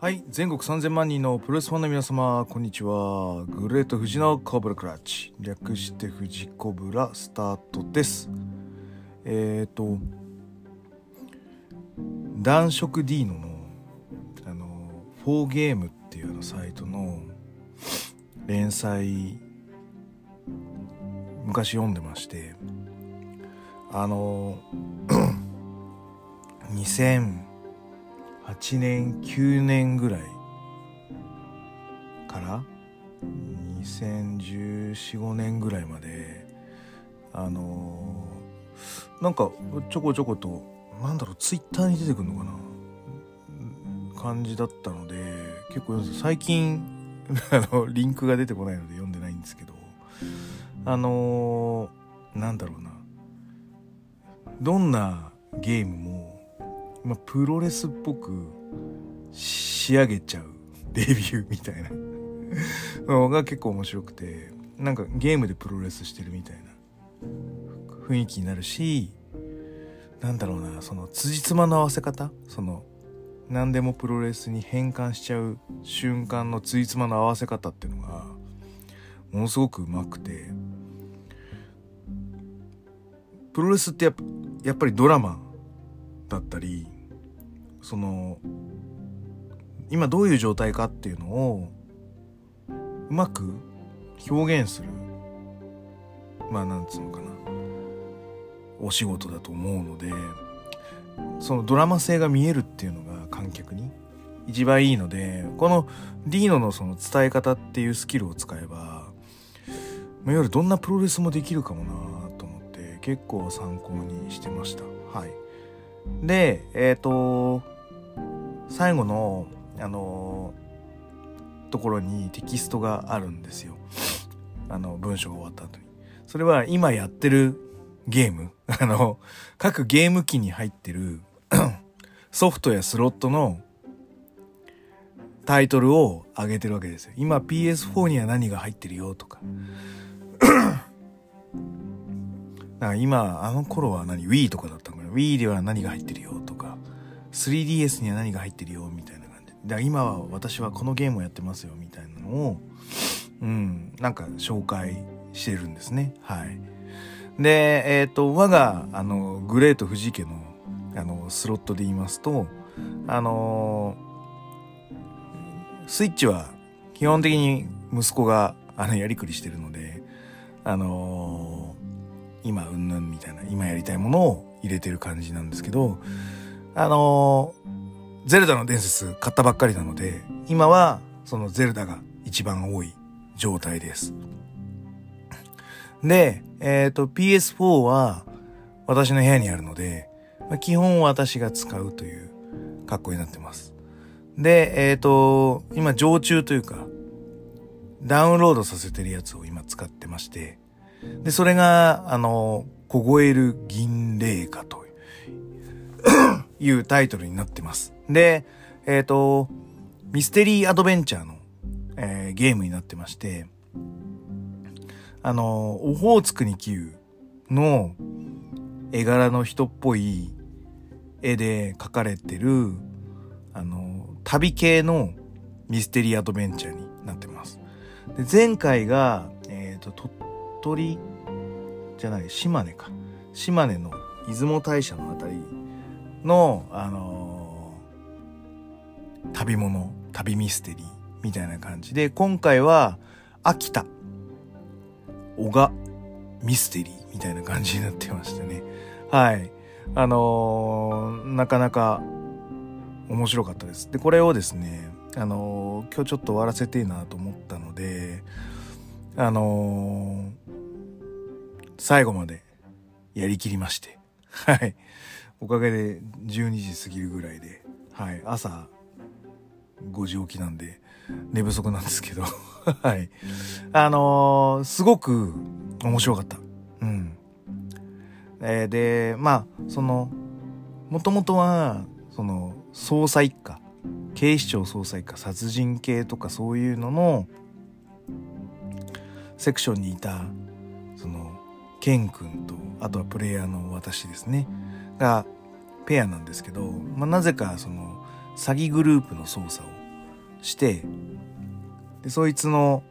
はい、全国3000万人のプロレスファンの皆様、こんにちは。グレート富士のコブラクラッチ、略して富士コブラスタートです。男色ディーノの4ゲームっていうサイトの連載昔読んでまして、2008年9年ぐらいから2014、15年ぐらいまでなんかちょこちょことツイッターに出てくるのかな感じだったので、結構最近リンクが出てこないので読んでないんですけど、どんなゲームもプロレスっぽく仕上げちゃうレビューみたいなのが結構面白くて、なんかゲームでプロレスしてるみたいな雰囲気になるし、その辻褄の合わせ方、何でもプロレスに変換しちゃう瞬間の辻褄の合わせ方っていうのがものすごくうまくて、プロレスってやっぱりドラマだったり、今どういう状態かっていうのをうまく表現するお仕事だと思うので、そのドラマ性が見えるっていうのが観客に一番いいので、このディーノのその伝え方っていうスキルを使えば、いわゆるどんなプロレスもできるかもなと思って結構参考にしてました。はい。で、最後のところにテキストがあるんですよ。文章が終わった後に。それは今やってるゲーム、各ゲーム機に入ってるソフトやスロットのタイトルを上げてるわけですよ。今 PS4 には何が入ってるよとか。今あの頃はWii とかだったのかな。Wii では何が入ってるよとか、3DS には何が入ってるよみたいな感じ。だから今は私はこのゲームをやってますよみたいなのを紹介してるんですね。はい。で、我がグレート富士家のスロットで言いますと、スイッチは基本的に息子がやりくりしてるので、今うんぬんみたいな、今やりたいものを入れてる感じなんですけど、ゼルダの伝説買ったばっかりなので、今はそのゼルダが一番多い状態です。で、PS4 は私の部屋にあるので、基本私が使うという格好になってます。で、今常駐というかダウンロードさせてるやつを今使ってまして、でそれが凍える銀霊花というタイトルになってます。で、ミステリーアドベンチャーの、ゲームになってまして、オホーツクに球の絵柄の人っぽい絵で描かれてる旅系のミステリーアドベンチャーになってます。で前回が鳥取じゃない、島根の出雲大社のあたりの旅ミステリーみたいな感じで、今回は秋田男鹿ミステリーみたいな感じになってましたね。はい。なかなか面白かったです。で、これをですね、今日ちょっと終わらせていいなと思ったので、最後までやりきりまして、はい。おかげで12時過ぎるぐらいで、はい。朝5時起きなんで寝不足なんですけど、はい。すごく面白かった。うん。で、もともとは、捜査一課、警視庁捜査一課、殺人系とかそういうののセクションにいた、ケン君と、あとはプレイヤーの私ですね、がペアなんですけど、なぜか詐欺グループの捜査をして、でそいつの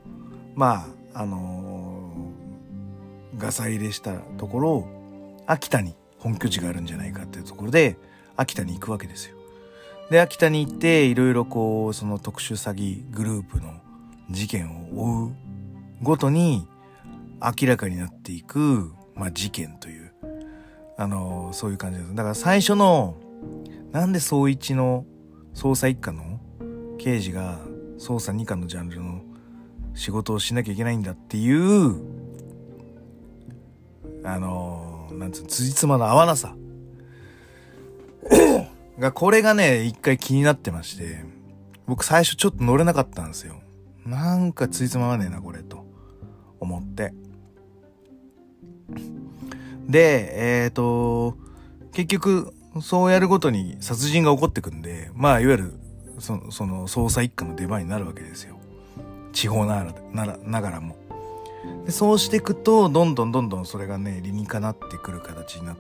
ガサ入れしたところ、秋田に本拠地があるんじゃないかっていうところで秋田に行くわけですよ。で秋田に行っていろいろこうその特殊詐欺グループの事件を追うごとに明らかになっていく、事件というそういう感じです。だから最初のなんで捜一の捜査一課の刑事が捜査二課のジャンルの仕事をしなきゃいけないんだっていうなんつうの辻褄の合わなさが、これがね一回気になってまして、僕最初ちょっと乗れなかったんですよ。なんか辻褄合わねえなこれと思って、で結局そうやるごとに殺人が起こってくんで、いわゆるその捜査一課の出番になるわけですよ。地方ながらも。でそうしていくとどんどんそれがね理にかなってくる形になって、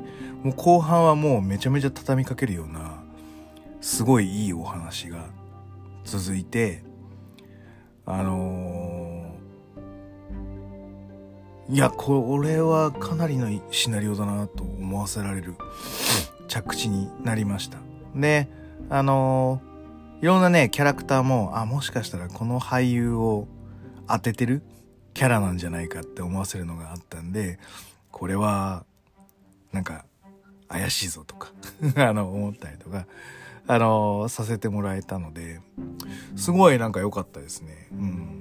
もう後半はもうめちゃめちゃ畳みかけるようなすごいいいお話が続いて、いやこれはかなりのシナリオだなと思わせられる着地になりました。でいろんなねキャラクターももしかしたらこの俳優を当ててるキャラなんじゃないかって思わせるのがあったんで、これはなんか怪しいぞとか思ったりとかさせてもらえたので、すごいなんか良かったですね。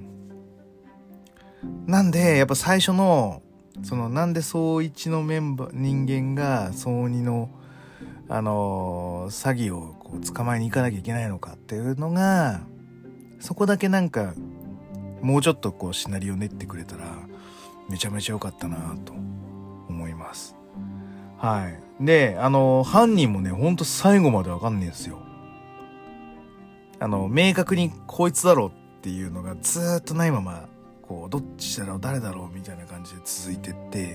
なんでやっぱ最初のそのなんで捜一の人間が捜二の詐欺をこう捕まえに行かなきゃいけないのかっていうのが、そこだけなんかもうちょっとこうシナリオ練ってくれたらめちゃめちゃ良かったなと思います。はい。で犯人もねほんと最後までわかんねえんですよ。明確にこいつだろうっていうのがずーっとないままこうどっちだろう誰だろうみたいな感じで続いてって、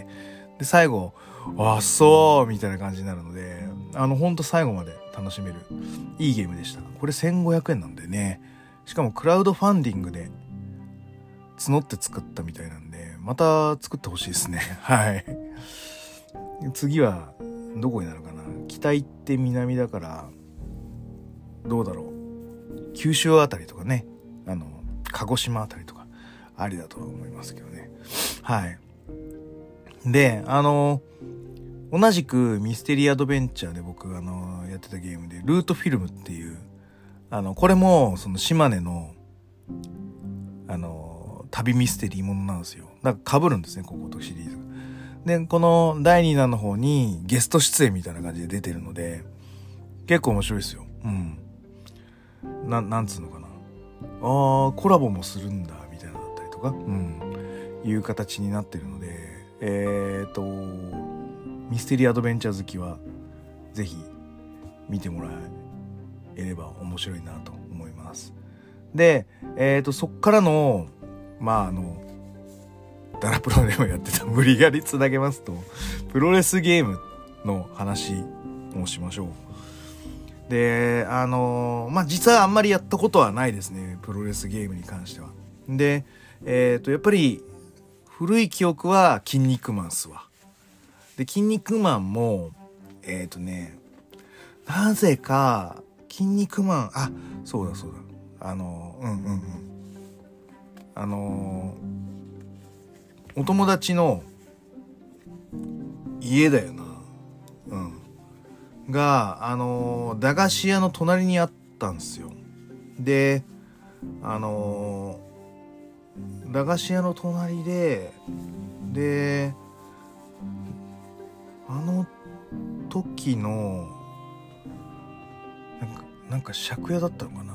で最後そうみたいな感じになるので、ほんと最後まで楽しめるいいゲームでした。これ1500円なんでね、しかもクラウドファンディングで募って作ったみたいなんで、また作ってほしいですね。はい。次はどこになるかな。北行って南だからどうだろう、九州あたりとかね、鹿児島あたりとかありだとは思いますけどね。はい。で同じくミステリーアドベンチャーで僕やってたゲームでルートフィルムっていうこれもその島根の旅ミステリーものなんですよ。だから被るんですね、こことシリーズが。でこの第2弾の方にゲスト出演みたいな感じで出てるので結構面白いですよ。なんつうのかな、コラボもするんだみたいなのだったりとか、いう形になってるので、ミステリーアドベンチャー好きはぜひ見てもらえれば面白いなと思います。でそっからのダラプロでもやってた無理やりつなげますとプロレスゲームの話をしましょう。で実はあんまりやったことはないですね、プロレスゲームに関しては。でやっぱり古い記憶は筋肉マンっすわ。で筋肉マンもなぜか筋肉マンそうだお友達の家だよな、が駄菓子屋の隣にあったんですよ。で駄菓子屋の隣で時のなんか借家だったのかな、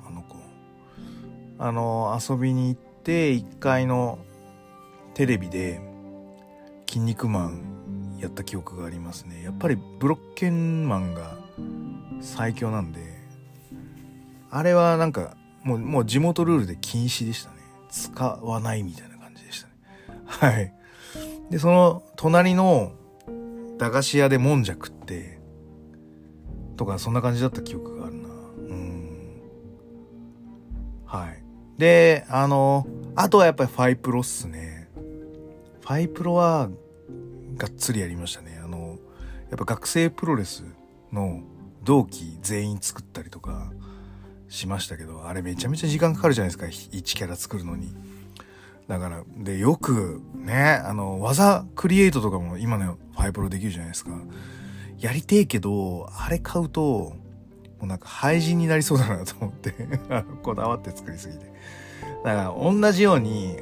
遊びに行って1階のテレビで筋肉マンやった記憶がありますね。やっぱりブロッケンマンが最強なんで、あれはなんかもう地元ルールで禁止でしたね。使わないみたいな感じでしたね。はい。でその隣の駄菓子屋でもんじゃ食ってとかそんな感じだった記憶があるな。 はい。で、あとはやっぱりファイプロっすね。ファイプロはがっつりやりましたね。やっぱ学生プロレスの同期全員作ったりとかしましたけど、あれめちゃめちゃ時間かかるじゃないですか、1キャラ作るのに。だからでよくね、技クリエイトとかも今のファイプロできるじゃないですか。やりてえけどあれ買うともうなんか廃人になりそうだなと思ってこだわって作りすぎて。だから同じように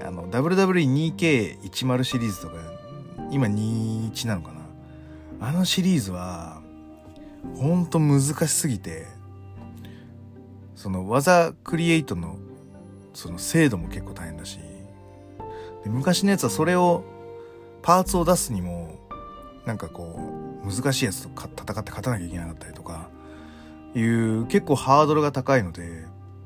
WWE2K10 シリーズとか今21なのかな、あのシリーズはほんと難しすぎて、その技クリエイトのその精度も結構大変だし、で昔のやつはそれをパーツを出すにもなんかこう難しいやつと戦って勝たなきゃいけなかったりとかいう結構ハードルが高いので、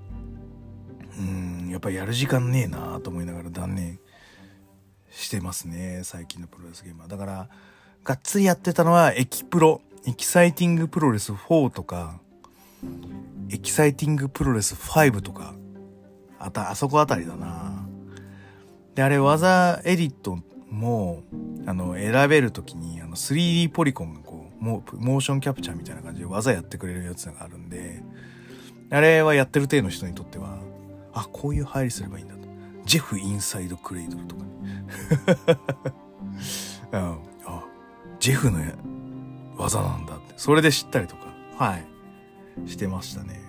やっぱりやる時間ねえなと思いながら断念してますね、最近のプロレスゲームは。だからがっつりやってたのはエキサイティングプロレス4とかエキサイティングプロレス5とかあそこあたりだな。であれ技エディットも選べるときに3D ポリコンがこうモーションキャプチャーみたいな感じで技やってくれるやつがあるんで、あれはやってる体の人にとってはこういう入りすればいいんだと。ジェフインサイドクレイドルとかねジェフの技なんだって、それで知ったりとかしてましたね。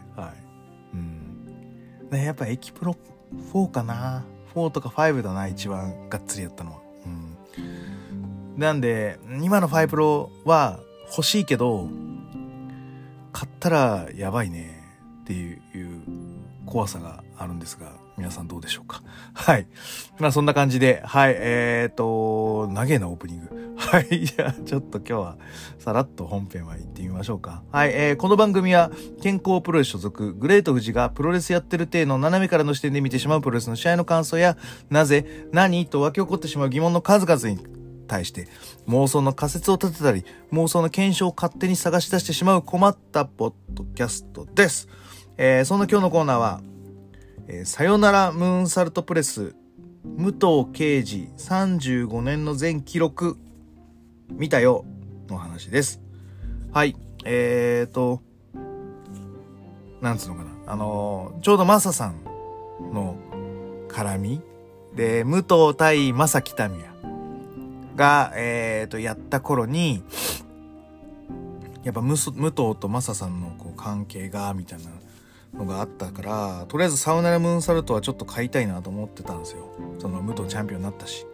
やっぱエキプロ4かな、4とか5だな、一番がっつりやったのは。なんで今の5プロは欲しいけど買ったらやばいねっていう怖さがあるんですが、皆さんどうでしょうか。そんな感じで長えなオープニングじゃあちょっと今日はさらっと本編は行ってみましょうか。この番組は健康プロレス所属グレート富士がプロレスやってる体の斜めからの視点で見てしまうプロレスの試合の感想や、なぜ何と湧き起こってしまう疑問の数々に対して妄想の仮説を立てたり妄想の検証を勝手に探し出してしまう困ったポッドキャストです。そんな今日のコーナーは、さよならムーンサルトプレス武藤敬司35年の全記録見たよの話です。なんつうのかな、ちょうどマサさんの絡みで武藤対正木民也がやった頃にやっぱ武藤とマサさんのこう関係がみたいなのがあったから、とりあえずサウナラムーンサルトはちょっと買いたいなと思ってたんですよ。その武藤チャンピオンになったし。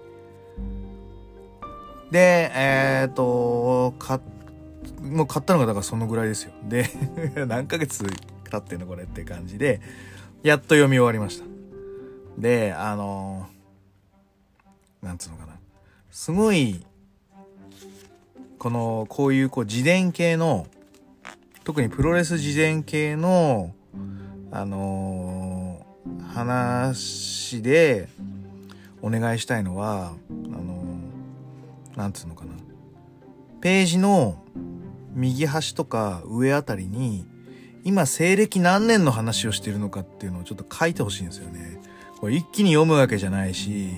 でもう買ったのがだからそのぐらいですよ。で何ヶ月経ってんのこれって感じでやっと読み終わりました。でなんつうのかな、すごいこういう自伝系の、特にプロレス自伝系の話でお願いしたいのはなんつうのかな、ページの右端とか上あたりに今西暦何年の話をしているのかっていうのをちょっと書いてほしいんですよね。これ一気に読むわけじゃないし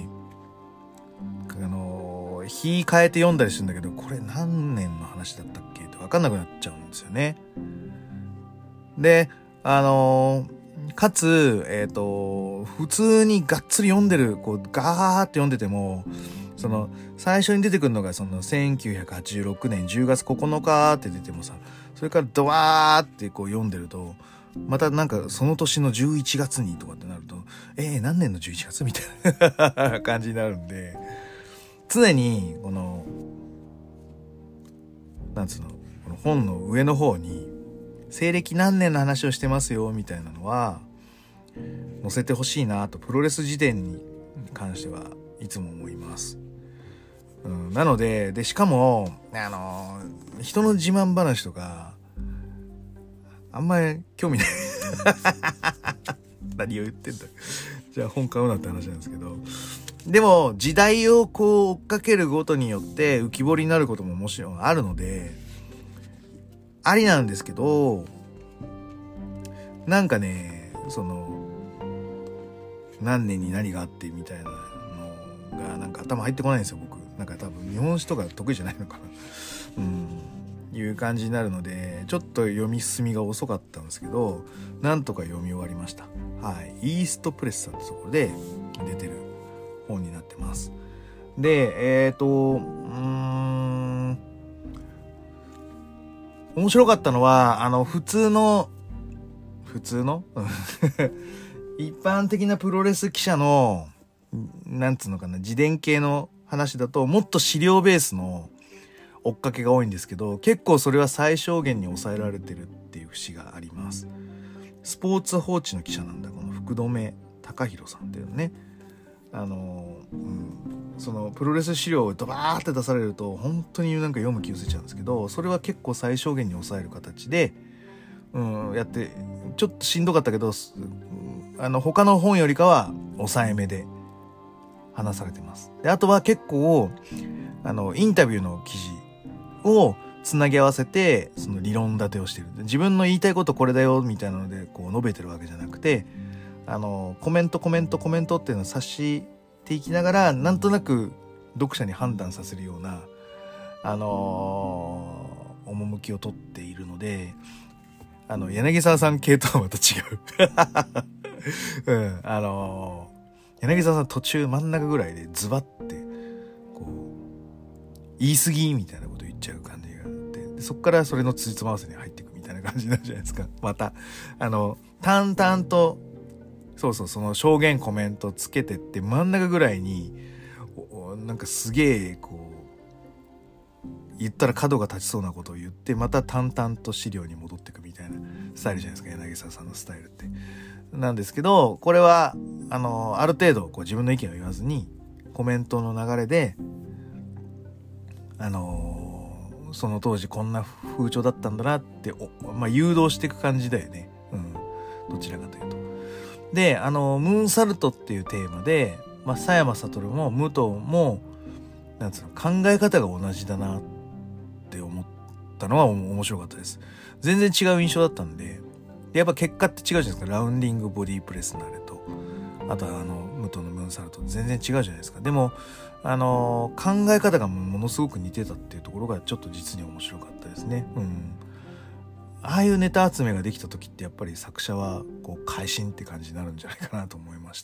日変えて読んだりするんだけど、これ何年の話だったっけって分かんなくなっちゃうんですよね。でかつ普通にがっつり読んでるガーって読んでても最初に出てくるのが1986年10月9日って出てもさ、それからドワーって読んでるとまたなんかその年の11月にとかってなると何年の11月みたいな感じになるんで、常になんつうの、この本の上の方に西暦何年の話をしてますよみたいなのは載せてほしいなと、プロレス辞典に関してはいつも思います。なのでしかも人の自慢話とかあんまり興味ない何を言ってんだじゃあ本買うなって話なんですけど、でも時代を追っかけるごとによって浮き彫りになることももちろんあるのでありなんですけど、なんかね何年に何があってみたいなのがなんか頭入ってこないんですよ僕。なんか多分日本史とか得意じゃないのかないう感じになるので、ちょっと読み進みが遅かったんですけど、なんとか読み終わりました。はい。イーストプレスさんってところで出てる本になってます。で、面白かったのは、普通の一般的なプロレス記者の、なんつうのかな、自伝系の話だと、もっと資料ベースの追っかけが多いんですけど、結構それは最小限に抑えられてるっていう節があります。スポーツ報知の記者なんだ、この福留孝弘さんっていうね。そのプロレス資料をドバーって出されると本当になんか読む気失せちゃうんですけど、それは結構最小限に抑える形で、やってちょっとしんどかったけど、他の本よりかは抑えめで話されてます。で、あとは結構インタビューの記事をつなぎ合わせてその理論立てをしてる。自分の言いたいことこれだよみたいなのでこう述べてるわけじゃなくて、コメントっていうのを察していきながら、なんとなく読者に判断させるような趣を取っているので、柳沢さん系とはまた違う、柳沢さん途中真ん中ぐらいでズバってこう言い過ぎみたいなこと言っちゃう感じがあって、でそっからそれの辻褄合わせに入っていくみたいな感じになるじゃないですか。また淡々とその証言コメントつけてって真ん中ぐらいになんかすげえこう言ったら角が立ちそうなことを言って、また淡々と資料に戻っていくみたいなスタイルじゃないですか、柳沢さんのスタイルって。なんですけど、これはある程度こう自分の意見を言わずにコメントの流れでその当時こんな風潮だったんだなって誘導していく感じだよね。どちらかというと。で、ムーンサルトっていうテーマで、佐山悟も武藤もなんつうの考え方が同じだなって思ったのは面白かったです。全然違う印象だったんで、やっぱ結果って違うじゃないですか。ラウンディングボディープレスのあれと、あとは武藤のムーンサルト全然違うじゃないですか。でも考え方がものすごく似てたっていうところがちょっと実に面白かったですね。ああいうネタ集めができた時ってやっぱり作者はこう会心って感じになるんじゃないかなと思いました。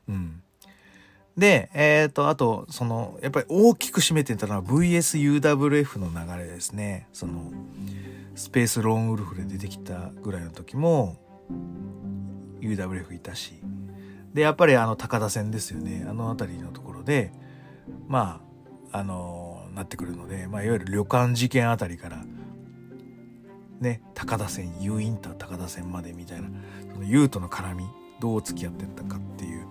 で、あとやっぱり大きく占めてたのは VSUWF の流れですね。そのスペースローンウルフで出てきたぐらいの時も UWF いたし、でやっぱり高田戦ですよね。あたりのところでなってくるので、いわゆる旅館事件あたりからね、高田戦 U インター高田戦までみたいな、その U との絡みどう付き合ってったかっていう、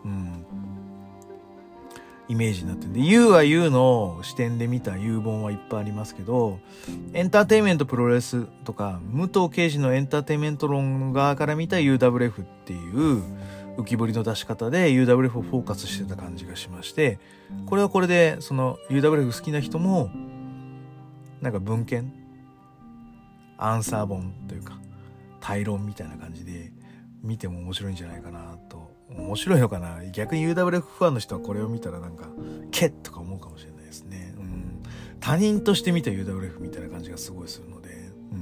イメージになってるんで、 U は U の視点で見た U 本はいっぱいありますけど、エンターテインメントプロレスとか武藤敬司のエンターテインメント論側から見た UWF っていう浮き彫りの出し方で UWF をフォーカスしてた感じがしまして、これはこれでその UWF 好きな人もなんか文献アンサー本というか対論みたいな感じで見ても面白いんじゃないかなと。面白いのかな、逆に UWF ファンの人はこれを見たらなんかケッとか思うかもしれないですね。他人として見た UWF みたいな感じがすごいするので、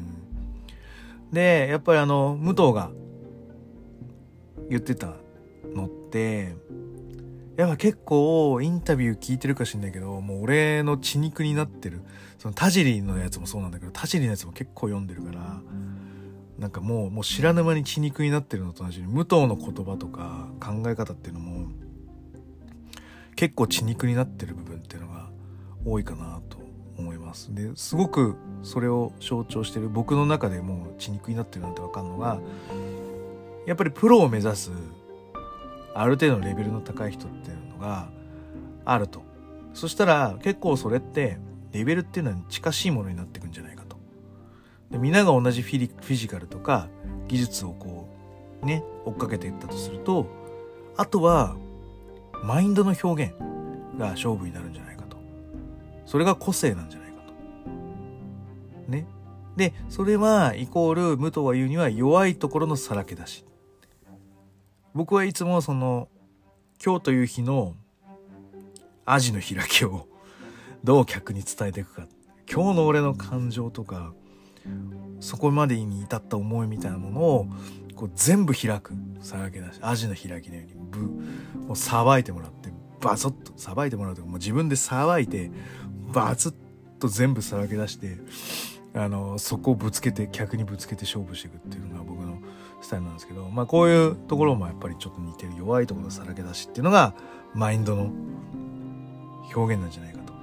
でやっぱり武藤が言ってたのってやっぱ結構インタビュー聞いてるか知んないけど、もう俺の血肉になってる、その田尻のやつもそうなんだけど、田尻のやつも結構読んでるから、なんかもう知らぬ間に血肉になってるのと同じように、武藤の言葉とか考え方っていうのも結構血肉になってる部分っていうのが多いかなと思います。ですごくそれを象徴してる、僕の中でもう血肉になってるなんて分かるのが、やっぱりプロを目指すある程度のレベルの高い人っていうのがあると。そしたら結構それってレベルっていうのは近しいものになってくんじゃないかと。で、皆が同じフィジカルとか技術をこうね追っかけていったとすると、あとはマインドの表現が勝負になるんじゃないかと。それが個性なんじゃないかとね。でそれはイコール武藤が言うには弱いところのさらけ出し。僕はいつもその今日という日のアジの開きをどう客に伝えていくか、今日の俺の感情とかそこまでに至った思いみたいなものをこう全部開く、さらけ出し、アジの開きのようにもうさばいてもらって、バツッとさばいてもらうとか、もう自分でさばいてバツッと全部さらけ出して、そこをぶつけて、客にぶつけて勝負していくっていうのが僕のスタイルなんですけど、まあこういうところもやっぱりちょっと似てる、弱いところのさらけ出しっていうのがマインドの表現なんじゃないかと。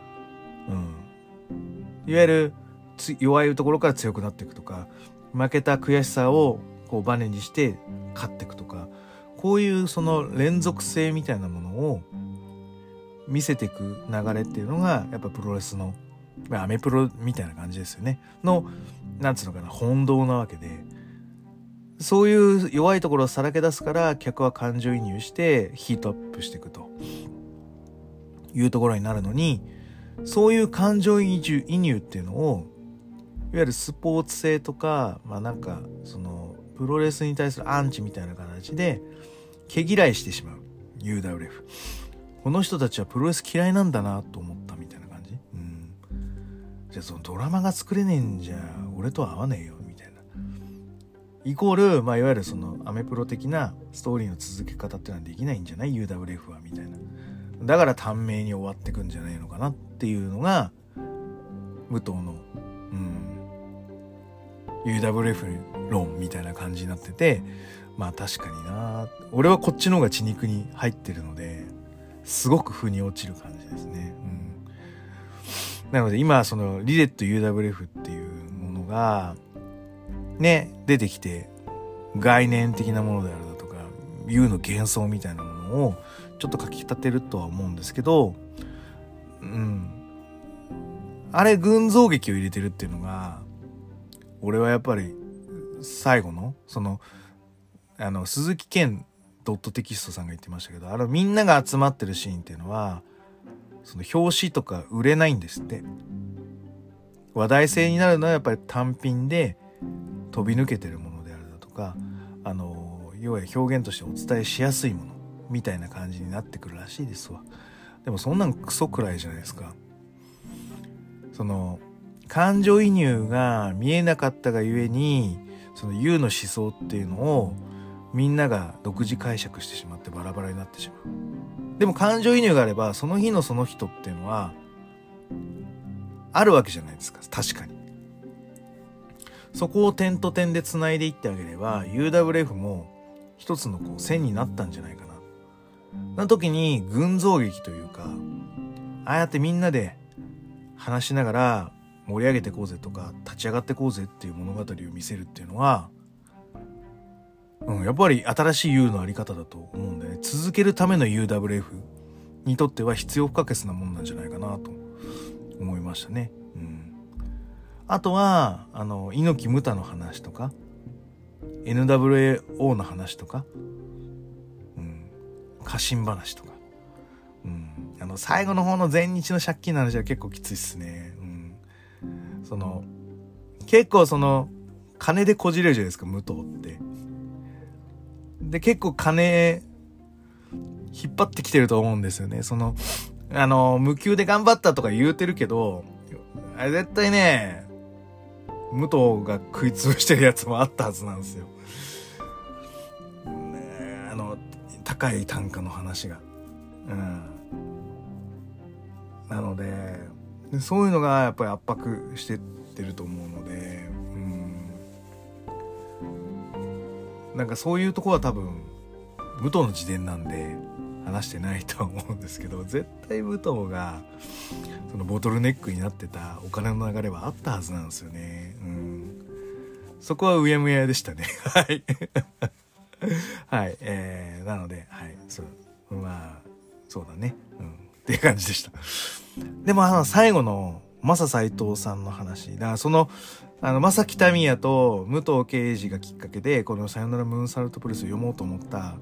いわゆる弱いところから強くなっていくとか、負けた悔しさをこうバネにして勝っていくとか、こういうその連続性みたいなものを見せていく流れっていうのがやっぱプロレスのアメプロみたいな感じですよねの、なんつうのかな、本道なわけで、そういう弱いところをさらけ出すから客は感情移入してヒートアップしていくというところになるのに、そういう感情移入っていうのをいわゆるスポーツ性とか、まあなんかそのプロレスに対するアンチみたいな形で毛嫌いしてしまう UWF。 この人たちはプロレス嫌いなんだなと思ったみたいな感じ。じゃあそのドラマが作れねえんじゃ俺とは合わねえよみたいな、イコール、まあいわゆるそのアメプロ的なストーリーの続け方っていうのはできないんじゃない UWF はみたいな、だから短命に終わってくんじゃないのかなっていうのが武藤のUWF 論みたいな感じになってて、まあ確かにな、俺はこっちの方が血肉に入ってるのですごく腑に落ちる感じですね。なので今そのリレット UWF っていうものがね出てきて、概念的なものであるだとか U の幻想みたいなものをちょっと書き立てるとは思うんですけど、あれ群像劇を入れてるっていうのが、俺はやっぱり最後のその鈴木健ドットテキストさんが言ってましたけど、みんなが集まってるシーンっていうのはその表紙とか売れないんですって。話題性になるのはやっぱり単品で飛び抜けてるものであるだとか、要は表現としてお伝えしやすいものみたいな感じになってくるらしいですわ。でもそんなんクソくらいじゃないですか。その感情移入が見えなかったがゆえに、その U の思想っていうのをみんなが独自解釈してしまってバラバラになってしまう。でも感情移入があればその日のその人っていうのはあるわけじゃないですか。確かにそこを点と点で繋いでいってあげれば UWF も一つのこう線になったんじゃないかな。な時に群像劇というか、ああやってみんなで話しながら盛り上げていこうぜとか立ち上がっていこうぜっていう物語を見せるっていうのは、やっぱり新しい U のあり方だと思うんでね、続けるための UWF にとっては必要不可欠なもんなんじゃないかなと思いましたね。あとは猪木ムタの話とか NWO の話とか、家臣話とか、最後の方の前日の借金の話は結構きついっすね。結構金でこじれるじゃないですか、武藤って。で結構金引っ張ってきてると思うんですよね。無給で頑張ったとか言うてるけど、あれ絶対ね武藤が食いつぶしてるやつもあったはずなんですよ。高い単価の話が。なのでそういうのがやっぱり圧迫してってると思うので、なんかそういうとこは多分武藤の自伝なんで話してないとは思うんですけど、絶対武藤がそのボトルネックになってたお金の流れはあったはずなんですよね。そこはうやむやでしたね。はいはい、なので、はい、まあそうだね、っていう感じでした。でも最後のマサ斎藤さんの話だから、正木民也と武藤敬司がきっかけでこのさよならムーンサルトプレスを読もうと思った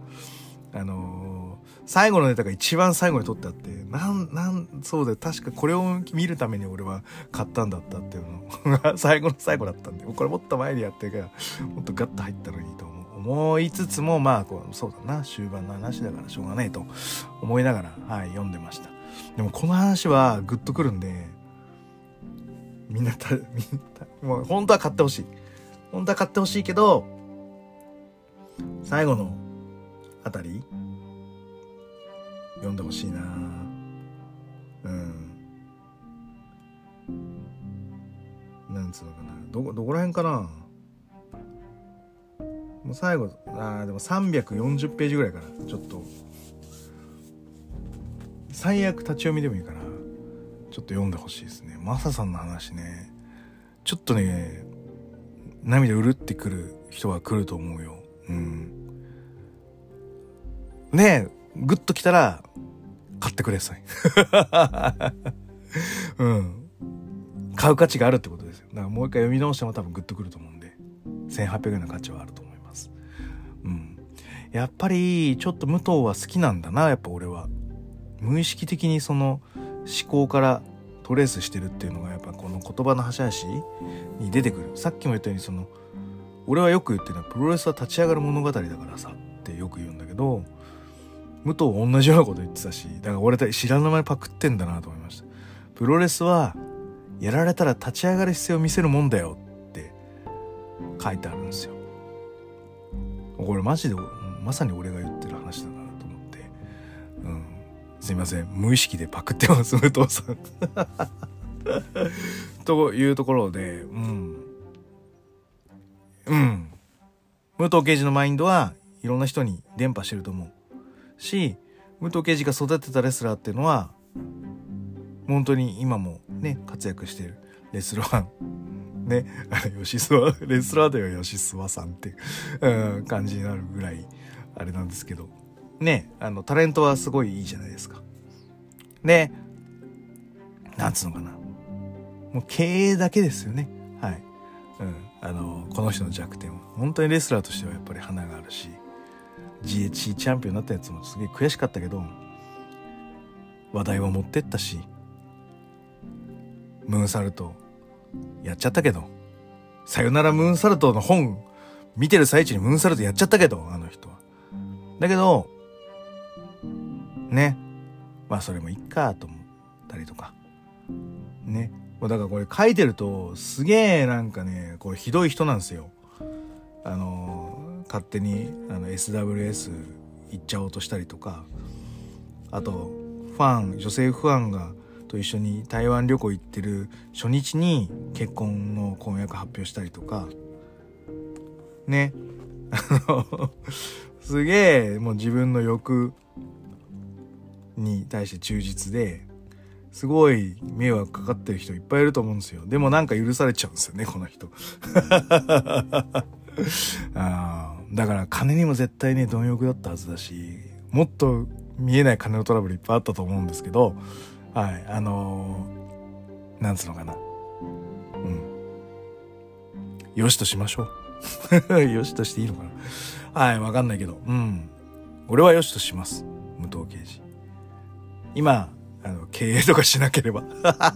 最後のネタが一番最後に撮ってあって、そうで確かこれを見るために俺は買ったんだったっていうのが最後の最後だったんで、これもっと前にやってるからもっとガッと入ったのにと思思いつつも、まあそうだな、終盤の話だからしょうがないと思いながら、読んでました。でもこの話はグッとくるんで、みんなもう本当は買ってほしい。本当は買ってほしいけど、最後のあたり読んでほしいな。なんつうのかな、どこら辺かな。もう最後、でも340ページぐらいからちょっと最悪立ち読みでもいいからちょっと読んでほしいですね。マサさんの話ね、ちょっとね、涙うるってくる人は来ると思うよ。ねえ、グッときたら買ってください。買う価値があるってことですよ。だからもう一回読み直しても多分グッとくると思うんで、1800円の価値はあると思います。やっぱりちょっと武藤は好きなんだな。やっぱ俺は無意識的にその思考からトレースしてるっていうのがやっぱこの言葉の端々に出てくる。さっきも言ったように俺はよく言ってるのはプロレスは立ち上がる物語だからさってよく言うんだけど、武藤同じようなこと言ってたし、だから俺知らぬ間にパクってんだなと思いました。プロレスはやられたら立ち上がる姿勢を見せるもんだよって書いてあるんですよ。これマジでまさに俺が言ってる話だなと思って、すいません、無意識でパクってます武藤さんというところで、武藤敬司のマインドはいろんな人に伝播してると思うし、武藤敬司が育てたレスラーっていうのは本当に今もね活躍してるレスラーね、吉諏訪レスラーでは吉諏訪さんっていう、感じになるぐらいあれなんですけどね、タレントはすごいいいじゃないですか。で、なんつうのかな、もう経営だけですよね。この人の弱点は本当にレスラーとしてはやっぱり花があるし、 GHC チャンピオンになったやつもすげえ悔しかったけど話題を持ってったし、ムーンサルトやっちゃったけど、さよならムーンサルトの本見てる最中にムーンサルトやっちゃったけど、あの人はだけどね、まあそれもいっかと思ったりとかね。だからこれ書いてるとすげえなんかね、これひどい人なんですよ。勝手にSWS 行っちゃおうとしたりとか、あと女性ファンがと一緒に台湾旅行行ってる初日に結婚の婚約発表したりとかねすげえもう自分の欲に対して忠実ですごい迷惑かかってる人いっぱいいると思うんですよ。でもなんか許されちゃうんですよね、この人だから金にも絶対ね貪欲だったはずだし、もっと見えない金のトラブルいっぱいあったと思うんですけど、なんつうのかな、よしとしましょうよしとしていいのかな、わかんないけど、俺はよしとします。武藤敬司今経営とかしなければ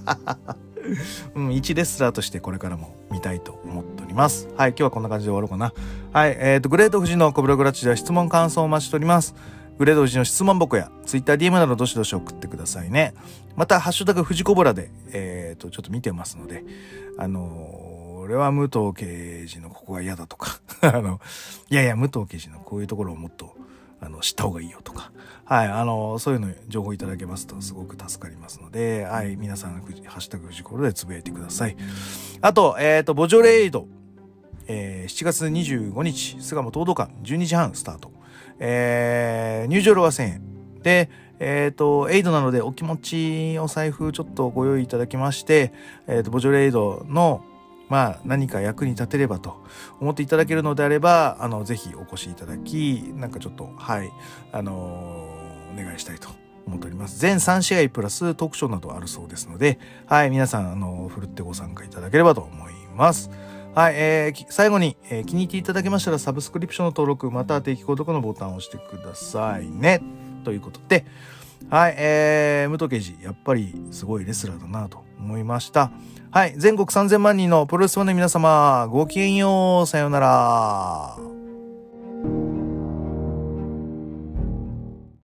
一レスラーとしてこれからも見たいと思っております。今日はこんな感じで終わろうかな。グレート富士のコブログラッチでは質問感想をお待ちしております。グレート富士の質問箱や TwitterDM などどしどし送ってくださいね。またハッシュタグ富士コブラでちょっと見てますので、俺は武藤敬司のここが嫌だとかいや武藤敬司のこういうところをもっと知った方がいいよとか、そういうの情報いただけますとすごく助かりますので、皆さんハッシュタグ富士コブラでつぶやいてください。あとボジョレイド、7月25日巣鴨東道館12時半スタート、入場料は1000円で、エイドなのでお気持ちお財布ちょっとご用意いただきまして、ボジョレイドの何か役に立てればと思っていただけるのであればぜひお越しいただき、なんかちょっとお願いしたいと思っております。全3試合プラストークショーなどあるそうですので、皆さんふるってご参加いただければと思います。最後に、気に入っていただけましたらサブスクリプションの登録または定期購読のボタンを押してくださいねということで、武藤敬司やっぱりすごいレスラーだなと思いました。全国3000万人のプロレスファンの皆様ごきげんよう、さようなら。